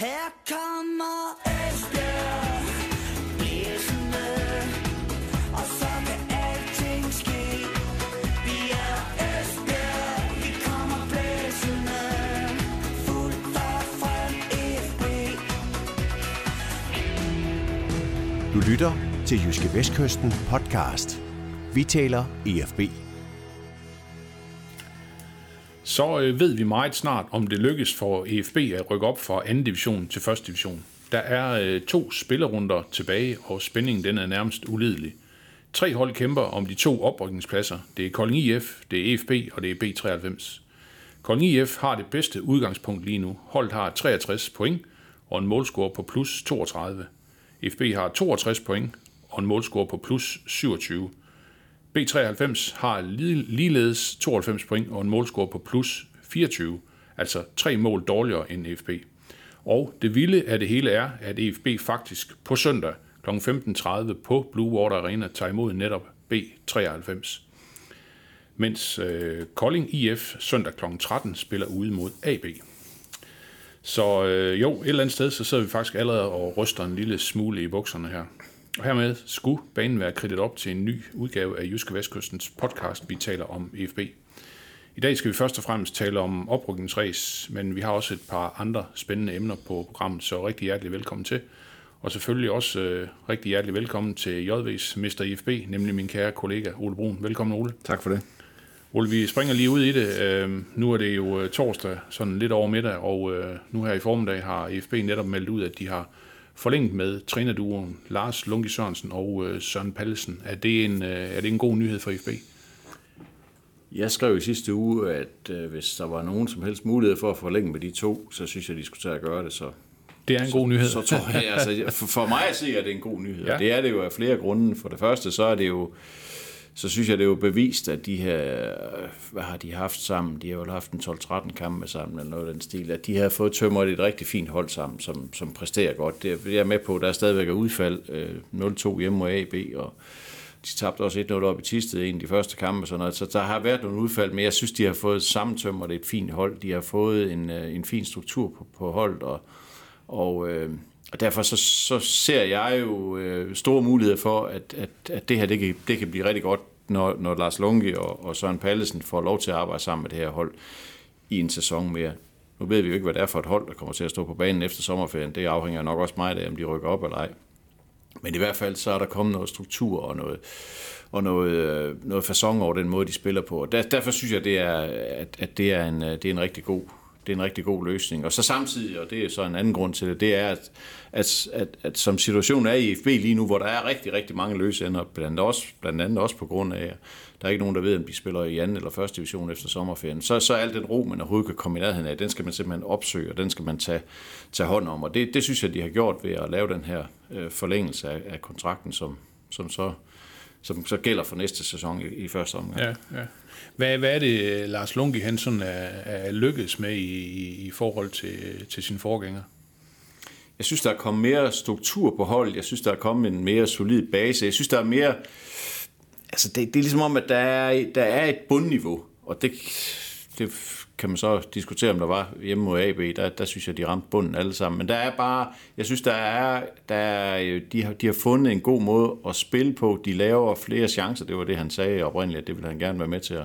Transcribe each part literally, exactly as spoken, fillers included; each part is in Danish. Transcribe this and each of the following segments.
Her kommer Esbjerg blæsende, og så kan alting ske. Vi er Esbjerg, vi kommer blæsende, fuldt og frem F B. Du lytter til Jyske Vestkysten podcast. Vi taler E F B. Så øh, ved vi meget snart, om det lykkes for E F B at rykke op fra anden division til første division. Der er øh, to spillerunder tilbage, og spændingen den er nærmest ulidelig. Tre hold kæmper om de to oprykningspladser. Det er Kolding I F, det er E F B og det er B treoghalvfems. Kolding I F har det bedste udgangspunkt lige nu. Holdet har treogtres point og en målscore på plus toogtredive. E F B har toogtres point og en målscore på plus syvogtyve. B treoghalvfems har ligeledes tooghalvfems point og en målscore på plus fireogtyve, altså tre mål dårligere end E F B. Og det vilde af det hele er, at E F B faktisk på søndag kl. femten tredive på Blue Water Arena tager imod netop B treoghalvfems. Mens øh, Kolding I F søndag kl. tretten spiller ude mod A B. Så øh, jo, et eller andet sted, så sidder vi faktisk allerede og ryster en lille smule i bukserne her. Og hermed skulle banen være kridtet op til en ny udgave af Jyske Vestkystens podcast, vi taler om E F B. I dag skal vi først og fremmest tale om oprykningsræs, men vi har også et par andre spændende emner på programmet, så rigtig hjertelig velkommen til. Og selvfølgelig også øh, rigtig hjertelig velkommen til J V's mister E F B, nemlig min kære kollega Ole Brun. Velkommen, Ole. Tak for det. Ole, vi springer lige ud i det. Øh, nu er det jo torsdag, sådan lidt over middag, og øh, nu her i formiddag har E F B netop meldt ud, at de har forlænget med trænerduoen Lars Lungi Sørensen og øh, Søren Pallesen. Er det, en, øh, er det en god nyhed for E F B? Jeg skrev i sidste uge, at øh, hvis der var nogen som helst mulighed for at forlænge med de to, så synes jeg, de skulle tage at gøre det. Så det er en så, god nyhed. Så tror jeg, altså, for, for mig at se, at det er en god nyhed. Ja. Det er det jo af flere grunde. For det første, så er det jo, så synes jeg, det er jo bevist, at de her, hvad har de haft sammen? De har jo haft en tolv tretten kampe sammen, eller noget af den stil, at de har fået tømret et rigtig fint hold sammen, som, som præsterer godt. Det er jeg med på, der er stadigvæk udfald, øh, nul to hjemme mod A B, og de tabte også et nul op i Thisted i en af de første kampe, sådan noget. Så der har været nogle udfald, men jeg synes, de har fået sammentømret et fint hold. De har fået en, en fin struktur på, på holdet, og, og øh, Og derfor så, så ser jeg jo øh, store muligheder for, at, at, at det her det kan, det kan blive rigtig godt, når, når Lars Lungi og, og Søren Pallesen får lov til at arbejde sammen med det her hold i en sæson mere. Nu ved vi jo ikke, hvad det er for et hold, der kommer til at stå på banen efter sommerferien. Det afhænger nok også meget af, om de rykker op eller ej. Men i hvert fald så er der kommet noget struktur og noget, og noget, noget facon over den måde, de spiller på. Og der, derfor synes jeg, det er, at, at det, er en, det er en rigtig god Det er en rigtig god løsning. Og så samtidig, og det er så en anden grund til det, det er, at, at, at, at som situationen er i E F B lige nu, hvor der er rigtig, rigtig mange løsender, blandt andet også, blandt andet også på grund af, at der er ikke nogen, der ved, om de spiller i anden eller første division efter sommerferien, så, så er al den ro, man overhovedet kan komme i nærheden af, den skal man simpelthen opsøge, og den skal man tage, tage hånd om. Og det, det synes jeg, de har gjort ved at lave den her øh, forlængelse af, af kontrakten, som, som, så, som så gælder for næste sæson i, i første omgang. Ja, ja. Hvad, hvad er det, Lars Lungi han sådan er, er lykkedes med i, i, i forhold til, til sine forgængere? Jeg synes, der er kommet mere struktur på holdet. Jeg synes, der er kommet en mere solid base. Jeg synes, der er mere... Altså, det, det er ligesom om, at der er, der er et bundniveau, og det, det kan man så diskutere, om der var hjemme mod A B. Der, der synes jeg, de ramte bunden alle sammen. Men der er bare... Jeg synes, der er... Der er de, har, de har fundet en god måde at spille på. De laver flere chancer. Det var det, han sagde oprindeligt, at det ville han gerne være med til at...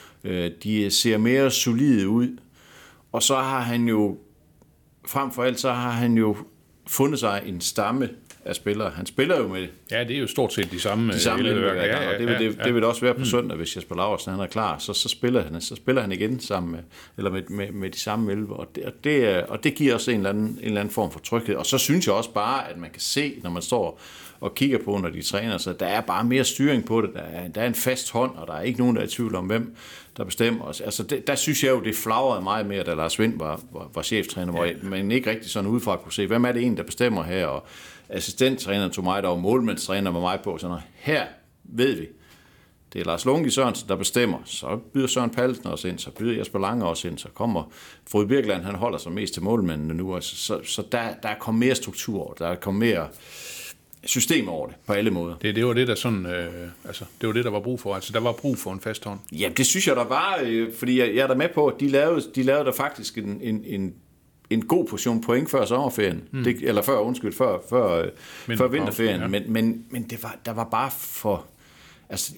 De ser mere solide ud, og så har han jo, frem for alt, så har han jo fundet sig en stamme af spillere. Han spiller jo med... Ja, det er jo stort set de samme... De samme elværker, ja, ja, og det vil, det, ja. det vil også være på søndag, hvis Jesper Laursen han er klar, så, så, spiller han, så spiller han igen sammen med, eller med, med, med de samme elver, og det, og, det, og det giver også en eller, anden, en eller anden form for tryghed. Og så synes jeg også bare, at man kan se, når man står og kigger på, når de træner, så der er bare mere styring på det. Der er, der er en fast hånd, og der er ikke nogen, der er i tvivl om, hvem der bestemmer os. Altså, det, der synes jeg jo, det flagrede meget mere, da Lars Vind var, var, var cheftræner, hvor man ikke rigtig sådan udefra kunne se, hvem er det en, der bestemmer her, og assistenttræner tog mig der, og målmandstræner var mig på, sådan her ved vi, det er Lars Lungi Sørensen, der bestemmer. Så byder Søren Pallesen også ind, så byder Jesper Lange også ind, så kommer Frode Birkeland, han holder sig mest til målmændene nu, altså, så, så der, der er kommet mere struktur over, der er kommet mere system over det, på alle måder. Det, det var det, der sådan, øh, altså, det var det, der var brug for. Altså, der var brug for en fast hånd. Ja, det synes jeg, der var, øh, fordi jeg, jeg er der med på, at de lavede, de lavede der faktisk en, en, en en god portion point før sommerferien, mm. det, eller før, undskyld, før, før, før vinterferien, ja. men, men, men det var, der var bare for... Altså,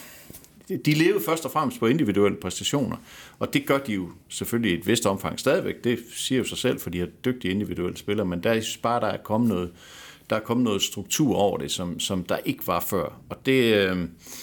de levede først og fremmest på individuelle præstationer, og det gør de jo selvfølgelig i et vist omfang stadigvæk. Det siger jo sig selv, for de har dygtige individuelle spillere, men der er bare, der er kommet noget, der er kommet noget struktur over det, som, som der ikke var før. Og det, øh,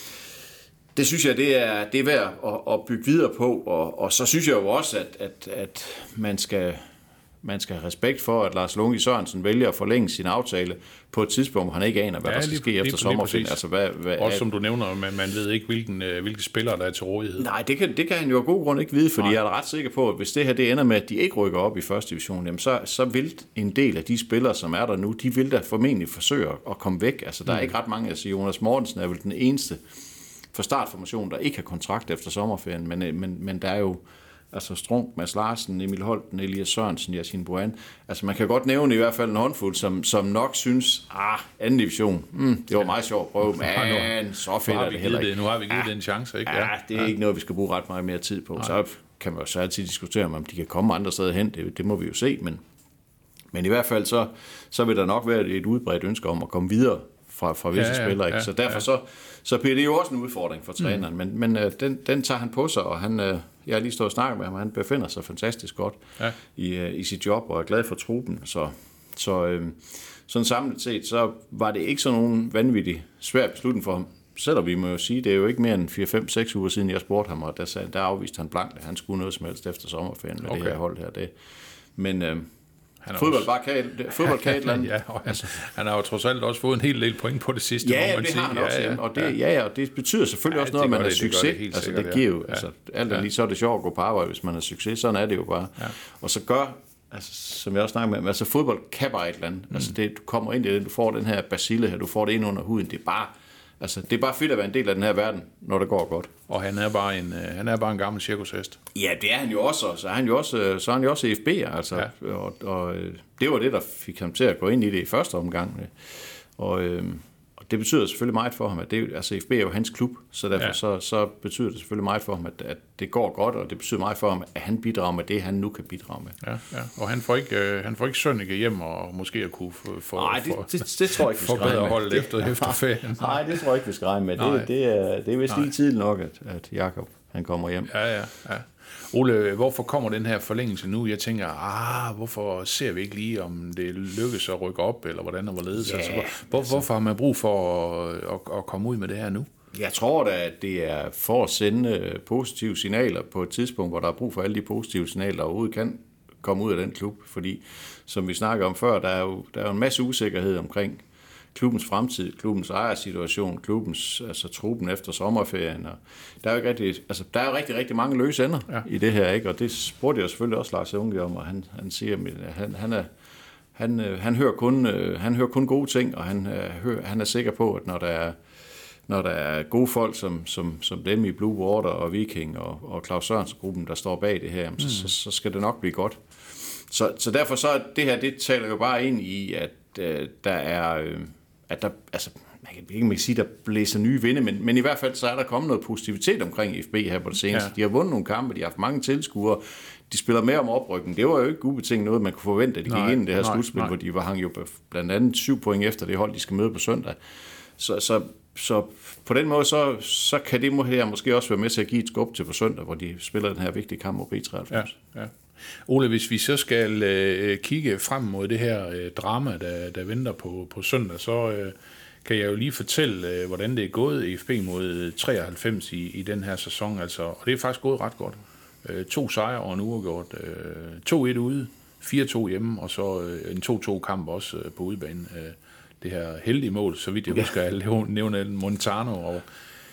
det synes jeg, det er, det er værd at, at bygge videre på, og, og så synes jeg jo også, at, at, at man skal... Man skal have respekt for, at Lars Lunke Sørensen vælger at forlænge sin aftale på et tidspunkt, hvor han ikke aner, hvad ja, der skal lige, ske lige, efter sommerferien. Altså, hvad, hvad, også som du nævner, man, man ved ikke, hvilken, hvilke spillere der er til rådighed. Nej, det kan, det kan han jo af god grund ikke vide, fordi Nej. jeg er ret sikker på, at hvis det her det ender med, at de ikke rykker op i første division, jamen så, så vil en del af de spillere, som er der nu, de vil da formentlig forsøge at komme væk. Altså, der er mm. ikke ret mange. Altså, Jonas Mortensen er vel den eneste for startformation, der ikke har kontrakt efter sommerferien, men, men, men der er jo altså Strunk, Mads Larsen, Emil Holten, Elias Sørensen, Yasin Boan. Altså man kan godt nævne i hvert fald en håndfuld, som, som nok synes, ah, anden division, mm, det var meget sjovt at prøve, men så fedt er det heller ikke. Det. Nu har vi givet ja, det en chance, ikke? Ja, det er ja. ikke noget, vi skal bruge ret meget mere tid på. Nej. Så kan man jo så altid diskutere, om de kan komme andre steder hen, det, det må vi jo se, men, men i hvert fald så, så vil der nok være et udbredt ønske om at komme videre fra, fra visse ja, ja, spillere, ikke? Ja, så derfor ja. så, så bliver det jo også en udfordring for træneren, mm. men, men øh, den, den tager han på sig, og han, øh, jeg har lige stået og snakket med ham, og han befinder sig fantastisk godt ja. i, øh, i sit job, og er glad for truppen, så, så øh, sådan samlet set, så var det ikke sådan nogen vanvittig svær beslutning for ham, selvom vi må jo sige, det er jo ikke mere end fire fem seks uger siden, jeg spurgte ham, og der, sagde, der afviste han blankt, at han skulle noget som helst efter sommerferien med okay. det her hold her. Det. Men... Øh, fodbold bare kan, fodbold kan et eller andet. Ja, han, han har jo trods alt også fået en hel del point på det sidste. Ja, man det sige. har han også. Ja, ja. Og, det, ja, ja, og det betyder selvfølgelig ja, også noget, at man har succes. Det, det, altså, det giver jo, ja. altså, alt ja. lige så er det sjovt at gå på arbejde, hvis man har succes. Sådan er det jo bare. Ja. Og så gør, altså, som jeg også snakker med, altså fodbold kan bare et eller andet. Mm. Altså, det, du kommer ind i det, du får den her bacille her, du får det ind under huden. Det er bare... Altså, det er bare fedt at være en del af den her verden, når det går godt. Og han er bare en, han er bare en gammel cirkushest. Ja, det er han jo også. Så er han jo også, så er han jo også E F B'er, altså. Ja. Og, og det var det, der fik ham til at gå ind i det i første omgang. Og, og det betyder selvfølgelig meget for ham, at det, altså E F B er jo hans klub, så derfor ja. så, så betyder det selvfølgelig meget for ham, at, at det går godt, og det betyder meget for ham, at han bidrager med det, han nu kan bidrage med. Ja, ja. Og han får ikke, øh, han får ikke Sønneke hjem, og måske at kunne få Nej, det, det, det, det tror jeg ikke, vi skal regne med. Holdet efter, efter ferien. Nej, det tror jeg ikke, vi skal regne med. Det, det, er, det er vist lige tid nok, at, at Jakob han kommer hjem. Ja, ja, ja. Ole, hvorfor kommer den her forlængelse nu? Jeg tænker, ah, hvorfor ser vi ikke lige, om det lykkes at rykke op, eller hvordan og hvorledes? Ja, altså, hvor, altså, hvorfor har man brug for at, at, at komme ud med det her nu? Jeg tror da, at det er for at sende positive signaler på et tidspunkt, hvor der er brug for alle de positive signaler, der overhovedet kan komme ud af den klub. Fordi, som vi snakker om før, der er jo, der er jo en masse usikkerhed omkring klubbens fremtid, klubbens ejersituation, klubbens, altså truppen efter sommerferien. Og der er jo ikke rigtig, altså, der er jo rigtig, rigtig mange løse ender ja. i det her, ikke? Og det spurgte jeg selvfølgelig også Lars Unge om, og han, han siger, at han, han, er, han, han, hører kun, han hører kun gode ting, og han, han er sikker på, at når der er, når der er gode folk, som, som, som dem i Blue Water og Viking og, og Claus Sørensen-gruppen, der står bag det her, mm. så, så skal det nok blive godt. Så, så derfor så er det her, det taler jo bare ind i, at øh, der er... Øh, at der, altså, man kan ikke man kan sige, der blæser nye vinde, men, men i hvert fald så er der kommet noget positivitet omkring E F B her på det seneste. Ja. De har vundet nogle kampe, de har haft mange tilskuere, de spiller mere om oprykning. Det var jo ikke ubetinget noget, man kunne forvente, at de nej, gik ind i det her nej, slutspil, nej. hvor de var hang jo blandt andet syv point efter det hold, de skal møde på søndag. Så, så, så på den måde, så, så kan det her måske også være med til at give et skub til på søndag, hvor de spiller den her vigtige kamp mod B treoghalvfems. Ja, ja. Ole, hvis vi så skal øh, kigge frem mod det her øh, drama, der, der venter på, på søndag, så øh, kan jeg jo lige fortælle, øh, hvordan det er gået E F B mod treoghalvfems i, i den her sæson. Altså, og det er faktisk gået ret godt. Øh, to sejre og en uafgjort. Øh, to et ude, fire to hjemme, og så øh, en to to kamp også øh, på udebane. Øh, det her heldige mål, så vidt jeg ja. husker, jeg nævner Montano og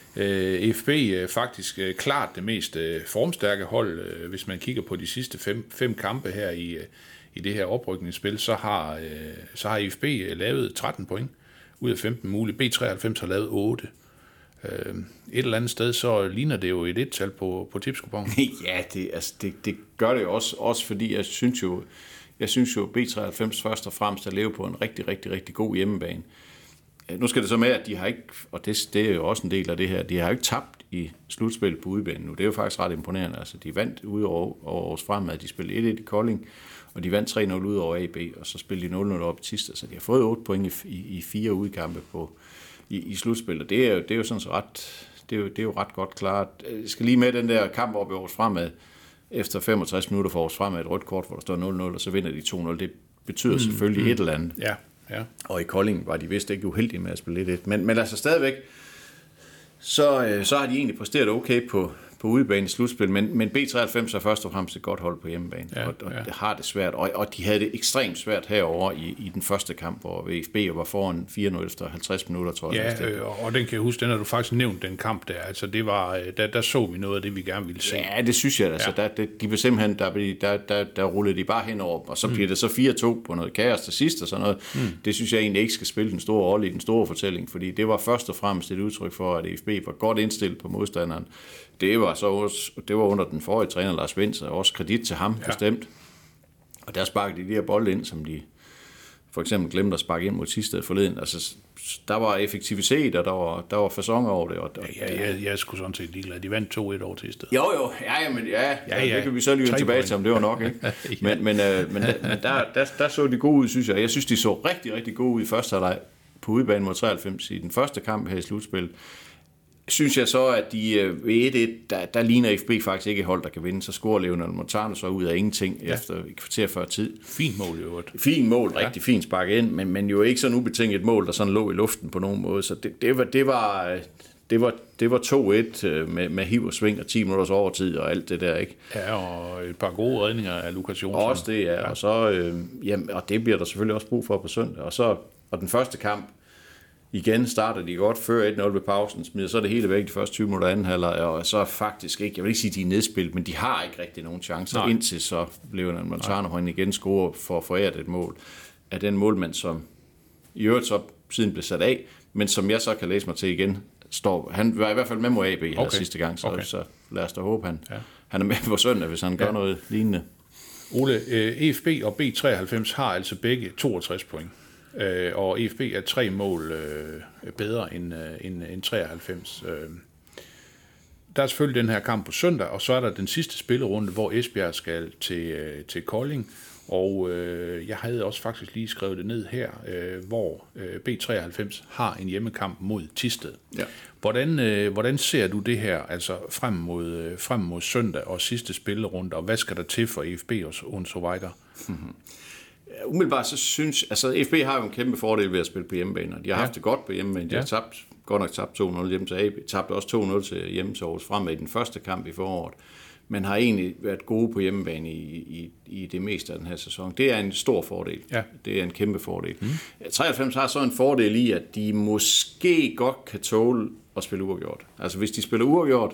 E F B er faktisk klart det mest formstærke hold. Hvis man kigger på de sidste fem, fem kampe her i, i det her oprykningsspil, så har, så har E F B lavet tretten point ud af femten mulige. B treoghalvfems har lavet otte. Et eller andet sted, så ligner det jo et et-tal på, på tipskupongen. Ja, det, altså, det, det gør det jo også, også fordi jeg synes jo, jeg synes jo, B treoghalvfems først og fremmest at leve på en rigtig, rigtig, rigtig god hjemmebane. Nu skal det så med, at de har ikke, og det, det er jo også en del af det her, de har jo ikke tabt i slutspillet på udebane nu. Det er jo faktisk ret imponerende. Altså, de vandt ude over, over Aarhus Fremad, de spillede et et i Kolding, og de vandt tre nul ud over A B, og så spillede de nul nul op i Thisted, så de har fået otte point i, i, i fire udkampe på, i, i slutspillet. Det er jo, det er jo sådan så ret, det er jo, det er jo ret godt klart. Jeg skal lige med den der kamp op i Aarhus Fremad, efter femogtres minutter for Aarhus Fremad, et rødt kort, hvor der står nul nul, og så vinder de to nul. Det betyder mm, selvfølgelig mm. et eller andet. Ja, ja. Og i Kolding var de vist ikke uheldige med at spille et et. Men, men altså stadigvæk, så, så har de egentlig præsteret okay på, på udebane i slutspil, men, men B treoghalvfems er først og fremmest et godt hold på hjemmebane, ja, og, og ja. det har det svært, og, og de havde det ekstremt svært herover i, i den første kamp, hvor V F B var foran fire nul efter halvtreds minutter, tror jeg. Ja, øh, og den kan jeg huske, den har du faktisk nævnt, den kamp der, altså det var, der, der så vi noget af det, vi gerne ville se. Ja, det synes jeg, altså, ja. der, det, de blev simpelthen, der, der, der, der rullede de bare henover, og så bliver mm. det så fire to på noget kaos til sidst og sådan noget. Mm. Det synes jeg egentlig ikke skal spille den store rolle i den store fortælling, fordi det var først og fremmest et udtryk for, at F B var godt indstillet på modstanderen. Det var så også, det var under den forrige træner, Lars Vinds, og også kredit til ham, ja. bestemt. Og der sparkede de de her bolde ind, som de for eksempel glemte at sparke ind mod Thisted forleden. Altså, der var effektivitet, og der var, der var facon over det. Og, og ja, ja, jeg, jeg skulle sådan set ligeglad. De vandt to et over Thisted. Jo, jo, ja, men ja, ja, ja, det kan vi så lige tilbage til, om det var nok, ikke? ja. Men, men, øh, men, men der, der, der så de gode ud, synes jeg. Jeg synes, de så rigtig, rigtig gode ud i første halvleg på udebane mod treoghalvfems i den første kamp her i slutspillet. Synes jeg så, at de ved et et, der, der ligner F B faktisk ikke et hold, der kan vinde. Så scorer Leonel Montano så ud af ingenting ja. efter et kvarter før tid. Fint mål, jo. Fint mål, ja. rigtig fint sparket ind, men, men jo ikke sådan ubetinget mål, der sådan lå i luften på nogen måde. Så det, det var, det var, det var, det var to et med, med hiv og sving og ti minutters overtid og alt det der, ikke? Ja, og et par gode redninger af Lukas Jonsson. Også det, ja. ja. Og, så, øh, jamen, og det bliver der selvfølgelig også brug for på søndag. Og, så, og den første kamp, igen starter de godt før et nul ved pausen, smider så det hele væk de første tyve minutter anden halvleg, og så faktisk ikke, jeg vil ikke sige, at de er nedspillet, men de har ikke rigtig nogen chancer, Nej. indtil så blev en Montano, han igen scorer for at forære et mål af den målmand, som i øvrigt så siden blev sat af, men som jeg så kan læse mig til igen, står, han var i hvert fald med mod A B her okay. sidste gang, så, okay. så lad os da håbe, han, ja. han er med på søndag, hvis han gør ja. noget lignende. Ole, E F B og B treoghalvfems har altså begge toogtres point. Og E F B er tre mål øh, bedre end, øh, end, end treoghalvfems. Øh. Der er selvfølgelig den her kamp på søndag, og så er der den sidste spillerunde, hvor Esbjerg skal til, øh, til Kolding. Og øh, jeg havde også faktisk lige skrevet det ned her, øh, hvor øh, B treoghalvfems har en hjemmekamp mod Thisted. Ja. Hvordan, øh, hvordan ser du det her altså frem mod, øh, frem mod søndag og sidste spillerunde, og hvad skal der til for E F B og, og så videre? Mm-hmm. Umiddelbart så synes, altså F B har jo en kæmpe fordel ved at spille på hjemmebane, og de har ja. haft det godt på hjemmebane. De ja. har tabt, godt nok tabt to nul hjemme til A B, tabte også to nul til hjemme til Aarhus Fremad i den første kamp i foråret, men har egentlig været gode på hjemmebane i, i, i det meste af den her sæson. Det er en stor fordel. Ja. Det er en kæmpe fordel. Mm. treoghalvfems har så en fordel i, at de måske godt kan tåle at spille uafgjort. Altså hvis de spiller uafgjort,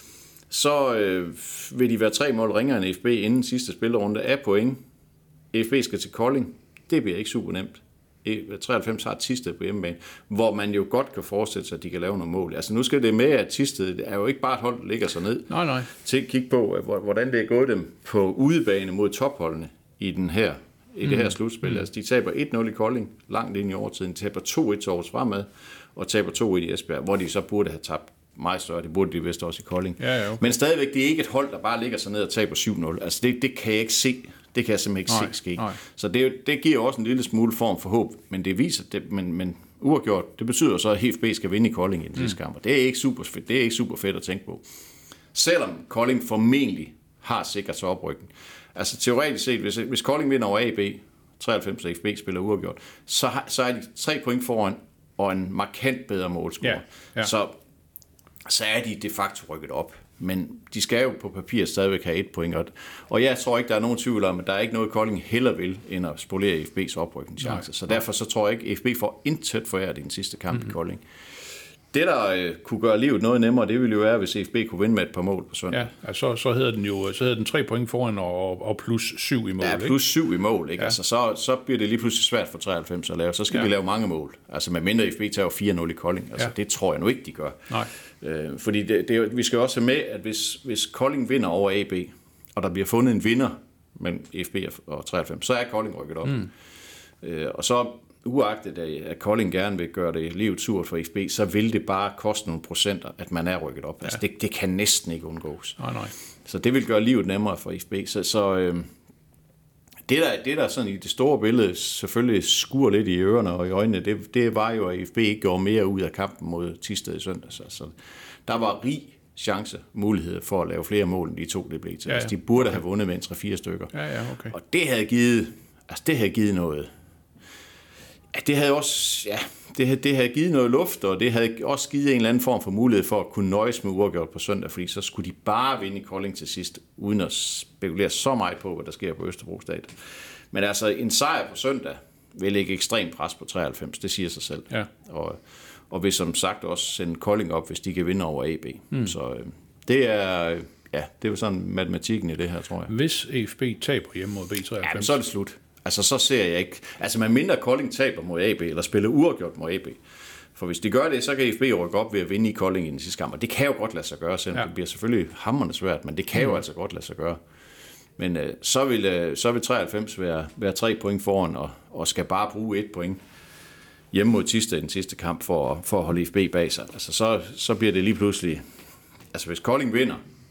så øh, vil de være tre mål ringere end F B inden sidste spillerunde af point. F B skal til Kolding, det bliver ikke super nemt. treoghalvfems har Thisted på hjemmebane, hvor man jo godt kan forestille sig, at de kan lave nogle mål. Altså nu skal det med, at Thisted er jo ikke bare et hold, der ligger sig ned. Nej, nej. Til at kigge på, hvordan det er gået dem på udebane mod topholdene i, den her, i mm. det her slutspil. Mm. Altså de taber et nul i Kolding, langt ind i overtiden, taber to et til Aarhus Fremad, og taber to et i Esbjerg, hvor de så burde have tabt meget større. Det burde de vist også i Kolding. Ja, ja, okay. Men stadigvæk, det er ikke et hold, der bare ligger sig ned og taber syv nul. Altså det, det kan jeg ikke se. Det kan jeg simpelthen ikke nej, se ske. Nej. Så det, det giver også en lille smule form for håb, men det viser, det, men, men uafgjort, det betyder så, at F B skal vinde i Kolding i den sidste kamp, og det er ikke super fedt, det er ikke super fedt at tænke på. Selvom Kolding formentlig har sikkert så oprykning. Altså teoretisk set, hvis, hvis Kolding vinder over A B, treoghalvfems og F B spiller uafgjort, så, har, så er de tre point foran, og en markant bedre målscore. Ja, ja. Så, så er de de facto rykket op. Men de skal jo på papir stadigvæk have et point. Og jeg tror ikke, der er nogen tvivl om, at der er ikke noget, Kolding heller vil, end at spolere F B's oprykningschance. Så derfor så tror jeg ikke, at F B får intet foræret i den sidste kamp mm-hmm. i Kolding. Det, der øh, kunne gøre livet noget nemmere, det ville jo være, hvis F B kunne vinde med et par mål på søndag. Ja, altså, så hedder den jo så hedder den tre point foran og, og plus syv i mål. Ja, plus syv i mål. Ikke? Ja. Altså, så, så bliver det lige pludselig svært for treoghalvfems at lave. Så skal ja. vi lave mange mål. Altså med mindre F B tager fire nul i Kolding. Altså, ja. Det tror jeg nu ikke, de gør. Nej. Øh, fordi det, det, vi skal også have med, at hvis, hvis Kolding vinder over A B, og der bliver fundet en vinder mellem F B og treoghalvfems, så er Kolding rykket op. Mm. Øh, og så uagtet at Kolding gerne vil gøre det livet surt for F B, så vil det bare koste nogle procenter, at man er rykket op. Ja. Altså det, det kan næsten ikke undgås. Nej, nej. Så det vil gøre livet nemmere for F B. Så, så øh, det, der, det der sådan i det store billede selvfølgelig skuer lidt i ørerne og i øjnene, det, det var jo, at F B ikke går mere ud af kampen mod Thisted i søndags. Altså, der var rig chance, mulighed for at lave flere mål, end de to det blev til. Ja, ja. Altså, de burde okay. have vundet med en tre fire stykker. Ja, ja, okay. Og det havde givet, altså det havde givet noget. Ja, det havde også, ja, det havde, det havde givet noget luft, og det havde også givet en eller anden form for mulighed for at kunne nøjes med uafgjort på søndag, fordi så skulle de bare vinde i Kolding til sidst, uden at spekulere så meget på, hvad der sker på Østerbro Stadion. Men altså, en sejr på søndag vil lægge ekstrem pres på treoghalvfems, det siger sig selv. Ja. Og, og vil som sagt også sende Kolding op, hvis de kan vinde over A B. Mm. Så øh, det er, ja, det er jo sådan matematikken i det her, tror jeg. Hvis F B taber hjemme mod B treoghalvfems, ja, så er det slut. Altså, så ser jeg ikke... Altså, man mindre Kolding taber mod A B, eller spiller uafgjort mod A B. For hvis de gør det, så kan F B rykke op ved at vinde i Kolding i den sidste kamp. Og det kan jo godt lade sig gøre, selvom ja. det bliver selvfølgelig hamrende svært, men det kan jo mm. altså godt lade sig gøre. Men øh, så, vil, øh, så vil treoghalvfems være, være tre point foran, og, og skal bare bruge et point hjemme mod Thisted i den sidste kamp, for, for at holde F B bag sig. Altså, så, så bliver det lige pludselig... Altså, hvis Kolding vinder,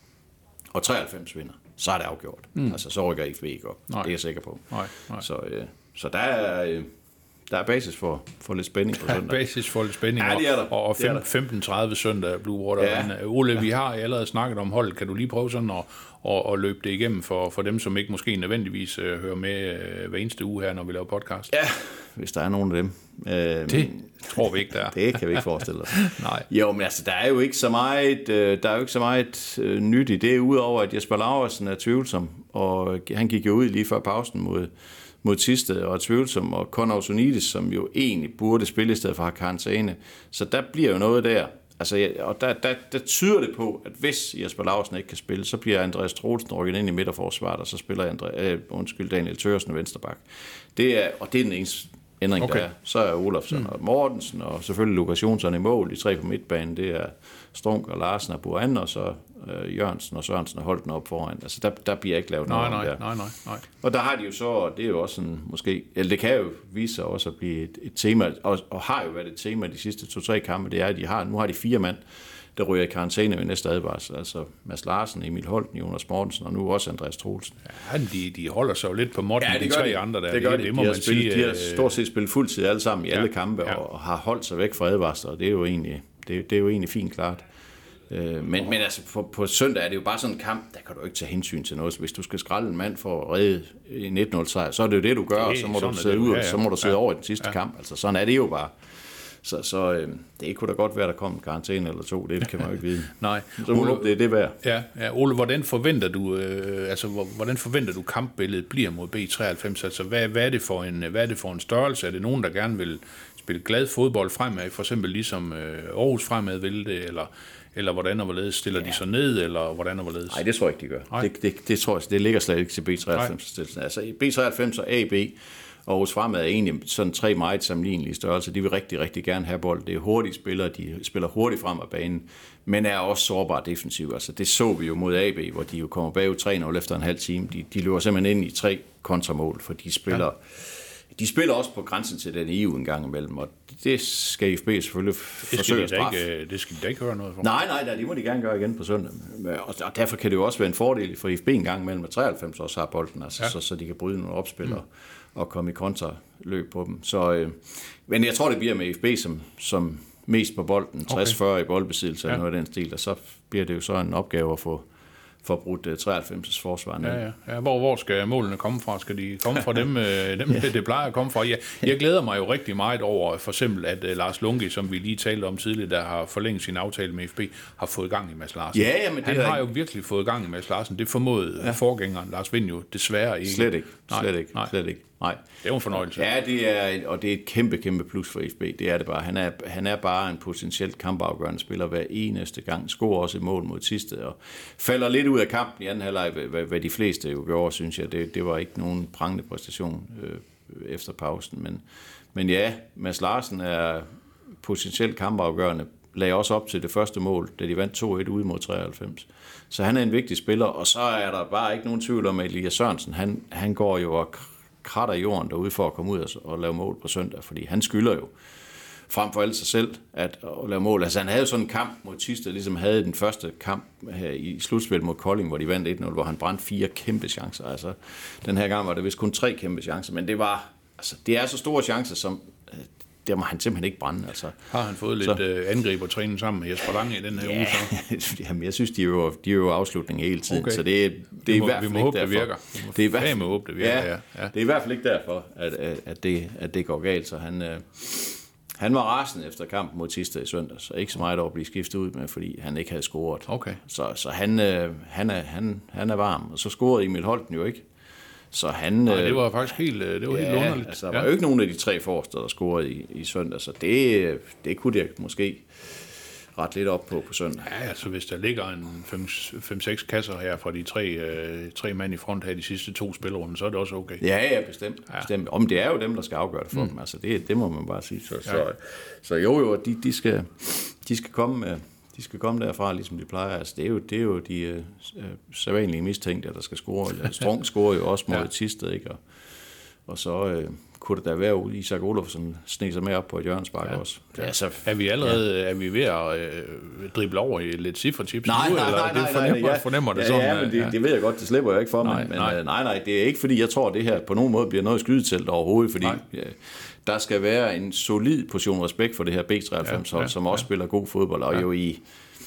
og treoghalvfems vinder, så er det afgjort. Mm. Altså, så rykker F B ikke op. Nej. Det er jeg sikker på. Nej, nej. Så, øh, så der er... Øh, Der er basis for, for lidt spænding på søndag. Der er basis for lidt spænding, ja, det er der. og, og fem, femten tredive søndag Blue Water. Ja. Ole, ja. Vi har allerede snakket om holdet. Kan du lige prøve sådan at, at, at løbe det igennem for, for dem, som ikke måske nødvendigvis uh, hører med uh, hver eneste uge her, når vi laver podcast? Ja, hvis der er nogen af dem. Uh, det tror vi ikke, der er. Det kan vi ikke forestille os. Nej. Jo, men altså, der er jo ikke så meget, uh, der er jo ikke så meget uh, nyt i det, udover at Jesper Laursen er tvivlsom, og han gik jo ud lige før pausen mod mod Thisted og er tvivlsom, og Conor Sonidis, som jo egentlig burde spille i stedet for at have karantæne. Så der bliver jo noget der. Altså, og der, der, der tyder det på, at hvis Jesper Lausen ikke kan spille, så bliver Andreas Troelsen rykket ind i midterforsvaret, og så spiller Andre, øh, undskyld, Daniel Thørsen vensterbak. Det er, og det er den eneste ændring, okay. der er. Så er Olofsson mm. og Mortensen, og selvfølgelig Lukas Jonsson i mål, de tre på midtbanen, det er Strunk og Larsen og Buran, og så øh, Jørgensen og Sørensen og Holten op foran. Altså, der, der bliver ikke lavet nej, noget nej, der. Nej, nej, nej. Og der har de jo så, og det er jo også sådan, måske, eller det kan jo vise sig også at blive et, et tema, og, og har jo været et tema de sidste to-tre kampe, det er, at de har, nu har de fire mand, der ryger i karantæne ved næste advarsel. Altså Mads Larsen, Emil Holten, Jonas Mortensen og nu også Andreas Troelsen. Ja, de, de holder sig jo lidt på måtten, ja, de tre de. andre der. Det gør det, de. Det må de, man har spillet, sige, de har stort set spillet fuldtid alle sammen i ja, alle kampe, ja. og har holdt sig væk fra advarsler, og det er jo egentlig, det, det er jo egentlig fint klart. Men, men altså på, på søndag er det jo bare sådan en kamp, der kan du ikke tage hensyn til noget. Så hvis du skal skralde en mand for at redde en et nul sejr, så er det jo det, du gør, det, og så må du sidde ud, ja, ja. så må du sidde ja. over i den sidste ja. kamp. Altså sådan er det jo bare. Så, så øh, det kunne da godt være, at der kom en karantæne eller to, det kan man jo ikke vide. Nej. Så Ole, det er det værd. Ja, ja, Ole, hvordan forventer du, øh, altså hvordan forventer du kampbilledet bliver mod B treoghalvfems? Altså hvad, hvad er det for en, hvad er det for en størrelse? Er det nogen, der gerne vil spille glad fodbold fremad, for eksempel ligesom øh, Aarhus fremad vil det, eller eller hvordan og hvorledes stiller ja. de sig ned, eller hvordan og hvorledes? Nej, det tror jeg ikke, de gør. Det, det, det tror jeg, det ligger slet ikke til B treoghalvfems. Altså B treoghalvfems og A B og Aarhus Fremad er egentlig sådan tre meget sammenlignelige størrelser. De vil rigtig, rigtig gerne have bold. Det er hurtige spillere, de spiller hurtigt frem af banen, men er også sårbare defensivt. Altså det så vi jo mod A B, hvor de jo kommer bagud tre nul efter en halv time. De, de løber simpelthen ind i tre kontramål, for de spiller... Ja. De spiller også på grænsen til den E U en gang imellem, og det skal F B selvfølgelig det forsøge at straffe. Ikke, det skal de da ikke høre noget for. Nej, nej, nej, det må de gerne gøre igen på søndag. Og derfor kan det jo også være en fordel for F B en gang imellem, at treoghalvfems også har bolden, altså, ja. så, så de kan bryde nogle opspil mm. og, og komme i kontraløb på dem. Så, øh, men jeg tror, det bliver med F B som, som mest på bolden, tres fyrre okay. i boldbesiddelse, ja. eller noget af den stil, og så bliver det jo så en opgave at få for brudt uh, treoghalvfems forsvar. Ja, ja. ja hvor, hvor skal målene komme fra? Skal de komme fra dem, dem ja. det plejer at komme fra? Jeg, jeg glæder mig jo rigtig meget over, for eksempel, at uh, Lars Lunke, som vi lige talte om tidligere, der har forlænget sin aftale med F B, har fået gang i Mads Larsen. Ja, ja, men det Han har jo virkelig fået gang i Mads Larsen. Det formåede ja. forgængeren Lars Vind jo desværre ikke. Slet ikke. Nej, slet ikke. Nej. Slet ikke. Nej. Det er jo en fornøjelse. Ja, det er, og det er et kæmpe, kæmpe plus for F B. Det er det bare. Han er, han er bare en potentielt kampafgørende spiller hver eneste gang. Scorer også et mål mod Thisted og falder lidt ud af kampen i anden halvleg, hvad, hvad de fleste jo gjorde, synes jeg. Det, det var ikke nogen prangende præstation øh, efter pausen. Men, men ja, Mads Larsen er potentielt kampafgørende. Lagde også op til det første mål, da de vandt to et ude mod treoghalvfems. Så han er en vigtig spiller, og så er der bare ikke nogen tvivl om, at Elias Sørensen, han, han går jo og kratter i jorden derude for at komme ud og, og lave mål på søndag, fordi han skylder jo frem for alt sig selv at, at lave mål. Altså han havde sådan en kamp mod Thisted, ligesom havde den første kamp her i slutspil mod Kolding, hvor de vandt et nul, hvor han brændte fire kæmpe chancer. Altså den her gang var det vist kun tre kæmpe chancer, men det var, altså det er så store chancer, som der må han simpelthen ikke brænde. Altså. Har han fået lidt øh, angreb og træning sammen med Jesper Lange i den her ja, uge så? Jamen, jeg synes, de er jo, de er jo afslutning hele tiden, okay. Så det er, det er må, i hvert fald vi må ikke håbe, derfor. Det virker. Det er i hvert fald, håbe, det virker, ja, ja, ja. Det er i hvert fald ikke derfor, at, at, det, at det går galt, så han... Øh, Han var rasende efter kampen mod Thisted i søndag, så ikke så meget over at blive skiftet ud med, fordi han ikke havde scoret. Okay. Så, så han, øh, han, er, han, han er varm, og så scorede Emil Holten jo ikke. Så han... Nej, det var faktisk helt, det var ja, helt underligt. Altså, der var ja. jo ikke nogen af de tre forrester, der scorede i, i søndag, så det, det kunne det måske ret lidt op på på søndag. Ja, altså hvis der ligger en fem seks kasser her fra de tre, øh, tre mand i front her de sidste to spillerunder, så er det også okay. Ja, ja, bestemt. Ja. bestemt. Om det er jo dem, der skal afgøre det for mm. dem, altså det, det må man bare sige. Så, ja. så, så jo jo, de, de, skal, de skal komme... De skal komme derfra, ligesom de plejer. Altså, det, er jo, det er jo de øh, sædvanlige mistænkte, der skal score. Strong scorer jo også mod ja. Thisted, ikke? Og, og så øh, kunne det da være ude, Isak Olofsson sne sig med op på et hjørnespark ja. også. Ja. Altså, er vi allerede ja. er vi ved at øh, drible over i lidt cifretips nej, nu? Nej, eller nej, nej, det fornemmer, nej, ja. fornemmer det ja, sådan? Ja, men det, ja. det ved jeg godt, det slipper jeg ikke for, nej, men, nej. men nej, nej, det er ikke fordi, jeg tror, at det her på nogen måde bliver noget skydetelt overhovedet, fordi ja, der skal være en solid portion respekt for det her B treoghalvfems hold, ja, ja, som også ja. spiller god fodbold, og ja. jo i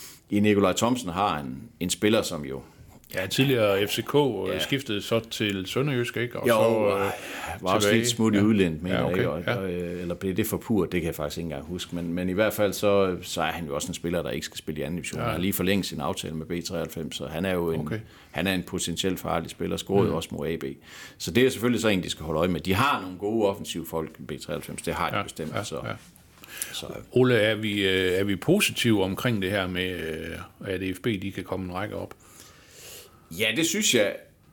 I Nikolaj Thomsen har en, en spiller, som jo... Ja, tidligere F C K ja. skiftede så til Sønderjysk, ikke? Og jo, så, øh, var også lidt smut i ja. udlænd, mener ja, okay. jeg, og, ja. og, eller blev det for purt, det kan jeg faktisk ikke engang huske, men, men i hvert fald så, så er han jo også en spiller, der ikke skal spille i anden division. Ja. Han har lige forlænget sin aftale med B treoghalvfems, så han er jo en, okay. han er en potentielt farlig spiller, scorede mm. også mod A B. Så det er selvfølgelig så en, de skal holde øje med. De har nogle gode offensive folk i B treoghalvfems, det har de ja. bestemt, ja. så... Ja. Så. Ole, er vi, er vi positive omkring det her med, at E F B de kan komme en række op? Ja, det synes jeg,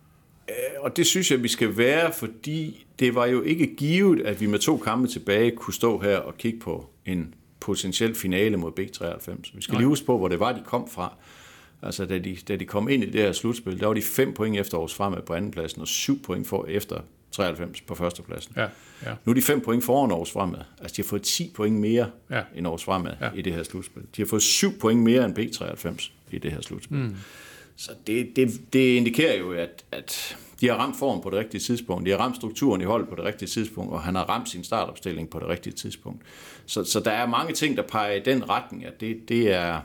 og det synes jeg, vi skal være, fordi det var jo ikke givet, at vi med to kampe tilbage kunne stå her og kigge på en potentiel finale mod B treoghalvfems. Vi skal Nej. lige huske på, hvor det var, de kom fra. Altså, da de, da de kom ind i det her slutspil, der var de fem point efter Aarhus Fremad på andenpladsen, og syv point for efter treoghalvfems på førstepladsen. Ja, ja. Nu er de fem point foran Aarhus Fremad. Altså, de har fået ti point mere ja. end Aarhus Fremad ja. i det her slutspil. De har fået syv point mere end B treoghalvfems i det her slutspil. Mm. Så det, det, det indikerer jo, at, at de har ramt form på det rigtige tidspunkt. De har ramt strukturen i holdet på det rigtige tidspunkt, og han har ramt sin startopstilling på det rigtige tidspunkt. Så, så der er mange ting, der peger i den retning, at det, det er...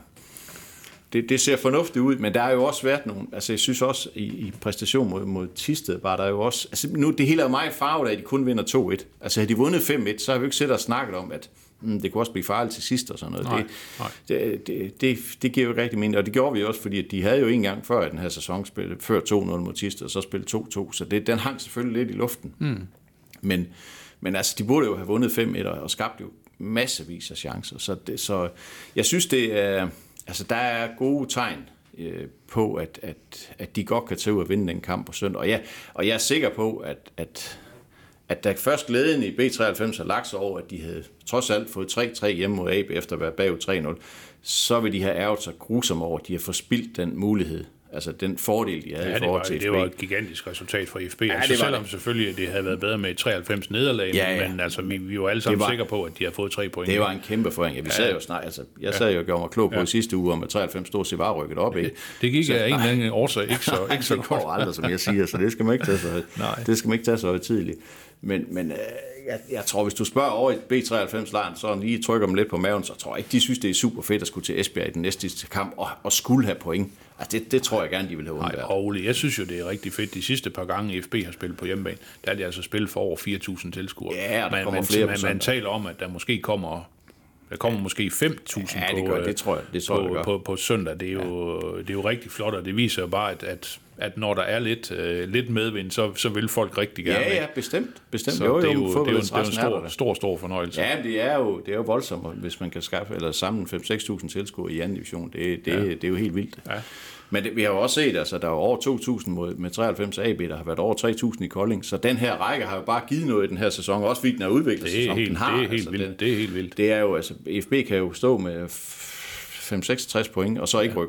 Det, det ser fornuftigt ud, men der er jo også været nogle, altså jeg synes også i, i præstation mod, mod Thisted, var der jo også, altså nu det hele er meget farvet af, at de kun vinder to et. Altså havde de vundet fem et, så har vi jo ikke siddet og snakket om, at mm, det kunne også blive farligt til sidst og sådan noget. Nej, det, nej. Det, det, det, det giver jo ikke rigtig mening, og det gjorde vi også, fordi at de havde jo en gang før i den her sæson spillet, før to nul mod Thisted, og så spillet to to, så det, den hang selvfølgelig lidt i luften. Mm. Men, men altså, de burde jo have vundet fem et, og skabt jo massevis af chancer, så, det, så jeg synes, det er... Altså, der er gode tegn øh, på, at, at, at de godt kan tage ud og vinde den kamp på søndag. Og, ja, og jeg er sikker på, at, at, at da først glæden i B treoghalvfems har lagt sig over, at de havde trods alt fået tre tre hjemme mod A B efter at være bagud tre nul, så vil de have ærget sig grusomt over, at de har forspildt den mulighed. Altså den fordel, de havde ja, i forhold til F B. Det var et gigantisk resultat for F B. Ja, altså, selvom det. selvfølgelig det havde været bedre med treoghalvfems nederlag, ja, ja. men altså, vi, vi var alle sammen var, sikre på, at de havde fået tre point. Det var en kæmpe forring. Ja, vi sad jo snart, altså, jeg sad jo og gjorde mig klog på ja. i sidste uge, om at treoghalvfems stod sig bare rykket op. Ikke? Det gik af en eller anden årsag ikke så, ikke så godt. Det går aldrig, som jeg siger, så det skal man ikke tage så, det skal man ikke tage så tidligt. Men, men øh, jeg, jeg tror, hvis du spørger over i B treoghalvfems-lejren, så lige trykker dem lidt på maven, så tror jeg ikke, de synes, det er super fedt at skulle til Esbjerg i den næste kamp og, og skulle have point. Altså, det, det tror jeg gerne, de vil have undværet. Nej, og Ole, jeg synes jo, det er rigtig fedt. De sidste par gange, F B har spillet på hjemmebane, der er de altså spillet for over fire tusind tilskuere. Ja, der man, kommer man, flere man, man taler om, at der måske kommer... Der kommer ja. måske fem tusind ja, det gør, på, det tror jeg, det tror på, jeg, på, på søndag. Det er, jo, ja. det er jo rigtig flot, og det viser jo bare, at, at, at når der er lidt, uh, lidt medvind, så, så vil folk rigtig gerne. Ja, ja, bestemt. bestemt. Så jo, det er jo, det er jo, det er jo en stor, stor, stor fornøjelse. Ja, det er jo, det er jo voldsomt, hvis man kan skaffe eller samle fem til seks tusind tilskuere i anden division. Det, det, ja. det er jo helt vildt. Ja. Men det, vi har jo også set, altså der er over to tusind mod, med treoghalvfems A B, der har været over tre tusind i Kolding, så den her række har jo bare givet noget i den her sæson, også fordi den har udviklet sig, som den har. Det er helt altså, vildt. Den, det er helt vildt. Det er jo, altså F B kan jo stå med fem seksogtres point, og så ikke ja. rykke op.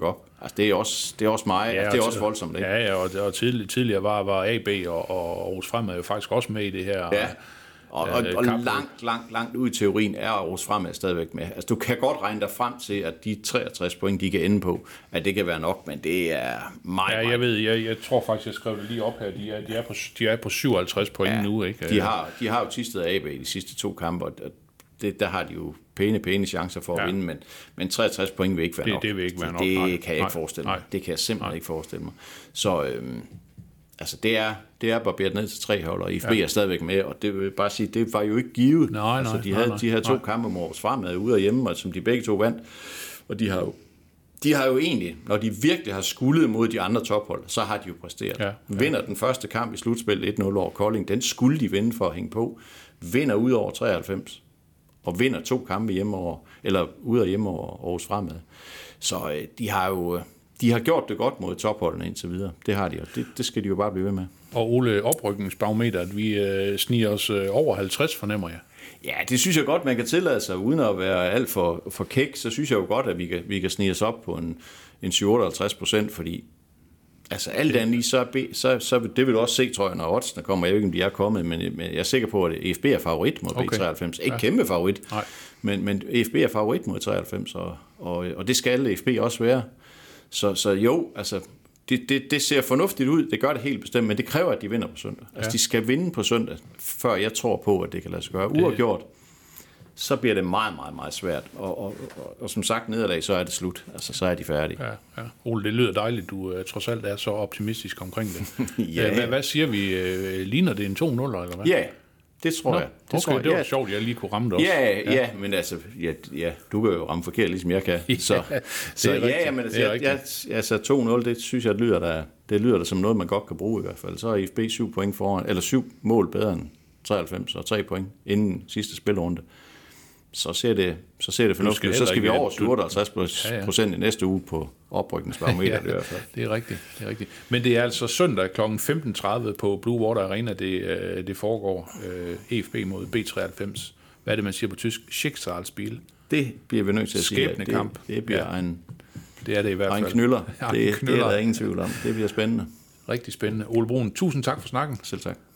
Altså, det er også, det er også mig, ja, det er også voldsomt, ikke? Ja, ja, og, og tidligere, tidligere var, var A B og, og Aarhus Fremad jo faktisk også med i det her. Ja. Og, og, og langt, langt, langt ud i teorien er Aarhus Fremad stadigvæk med. Altså, du kan godt regne dig frem til, at de treogtres point, de kan ende på, at det kan være nok, men det er meget, Ja, jeg ved, jeg, jeg tror faktisk, jeg skrev det lige op her. De er, de er, på, de er på syvoghalvtreds point ja, nu, ikke? De har, de har jo tistet A B i de sidste to kampe, og det, der har de jo pæne, pæne chancer for at ja. vinde, men, men treogtres point vil ikke være det, nok. Det vil ikke være nok. Det nej, kan jeg ikke nej, forestille nej, mig. Det kan jeg simpelthen nej. ikke forestille mig. Så øhm, altså, det er, det er barberet ned til tre hold, og I F B ja. er stadigvæk med, og det vil bare sige, det var jo ikke givet. Nej, altså, de nej, havde nej, de her to nej. kampe om Aarhus Fremad ude og hjemme, og som de begge to vandt, og de har jo De har jo egentlig, når de virkelig har skuldet mod de andre tophold, så har de jo præsteret. Ja, ja. Vinder den første kamp i slutspillet et nul over Kolding, den skulle de vinde for at hænge på. Vinder ud over treoghalvfems, og vinder to kampe hjemme over, eller ud og hjemme over Aarhus Fremad. Så øh, de har jo de har gjort det godt mod topholdene indtil videre. Det har de, og det, det skal de jo bare blive ved med. Og Ole, oprykningsbarometer, at vi øh, sniger os øh, over halvtreds, fornemmer jeg. Ja, det synes jeg godt, man kan tillade sig, uden at være alt for, for kæk, så synes jeg jo godt, at vi kan, vi kan snige os op på en, en syv til otteoghalvtreds procent, fordi altså alt andet lige, så, så, så det vil du også se, tror jeg, når oddsene kommer. Jeg ved ikke, om de er kommet, men, men jeg er sikker på, at E F B er favorit mod okay. B treoghalvfems. Ikke ja. kæmpe favorit, men, men E F B er favorit mod treoghalvfems, og, og, og det skal E F B også være. Så, så jo, altså... Det, det, det ser fornuftigt ud, det gør det helt bestemt, men det kræver, at de vinder på søndag. Ja. Altså, de skal vinde på søndag, før jeg tror på, at det kan lade sig gøre. Uafgjort, så bliver det meget, meget, meget svært. Og, og, og, og som sagt, nederlag, så er det slut. Altså, så er de færdige. Ja, ja. Ole, det lyder dejligt, du uh, trods alt er så optimistisk omkring det. ja. hvad, hvad siger vi? Uh, ligner det en to nul, eller hvad? Ja, det tror Nå, jeg. Det, okay, tror jeg. det var ja. sjovt, jeg lige kunne ramme det også. Ja, ja, ja, men altså, ja, ja, du kan jo ramme forkert, ligesom jeg kan. Så, ja, så ja, ja, men altså, jeg, jeg, altså to nul, det synes jeg, lyder der, det lyder der som noget, man godt kan bruge i hvert fald. Så er E F B syv point foran, eller syv mål bedre end treoghalvfems, og tre point inden sidste spilrunde. Så ser det, så ser det fornuftigt. Så skal vi over syvoghalvtreds procent ja, ja. i næste uge på oprykningsbarometer ja, i hvert fald. Det er rigtigt, det er rigtigt. Men det er altså søndag klokken femten tredive på Blue Water Arena, det, det foregår E F B mod B treoghalvfems. Hvad er det, man siger på tysk? Schicksalsspiel. Det bliver vi nødt til at sige. Skæbnekamp. Det, det bliver ja. en, det er det i hvert fald. en knyller. Det, det er der ingen tvivl om. Det bliver spændende. Rigtig spændende. Ole Brun, tusind tak for snakken. Selv tak.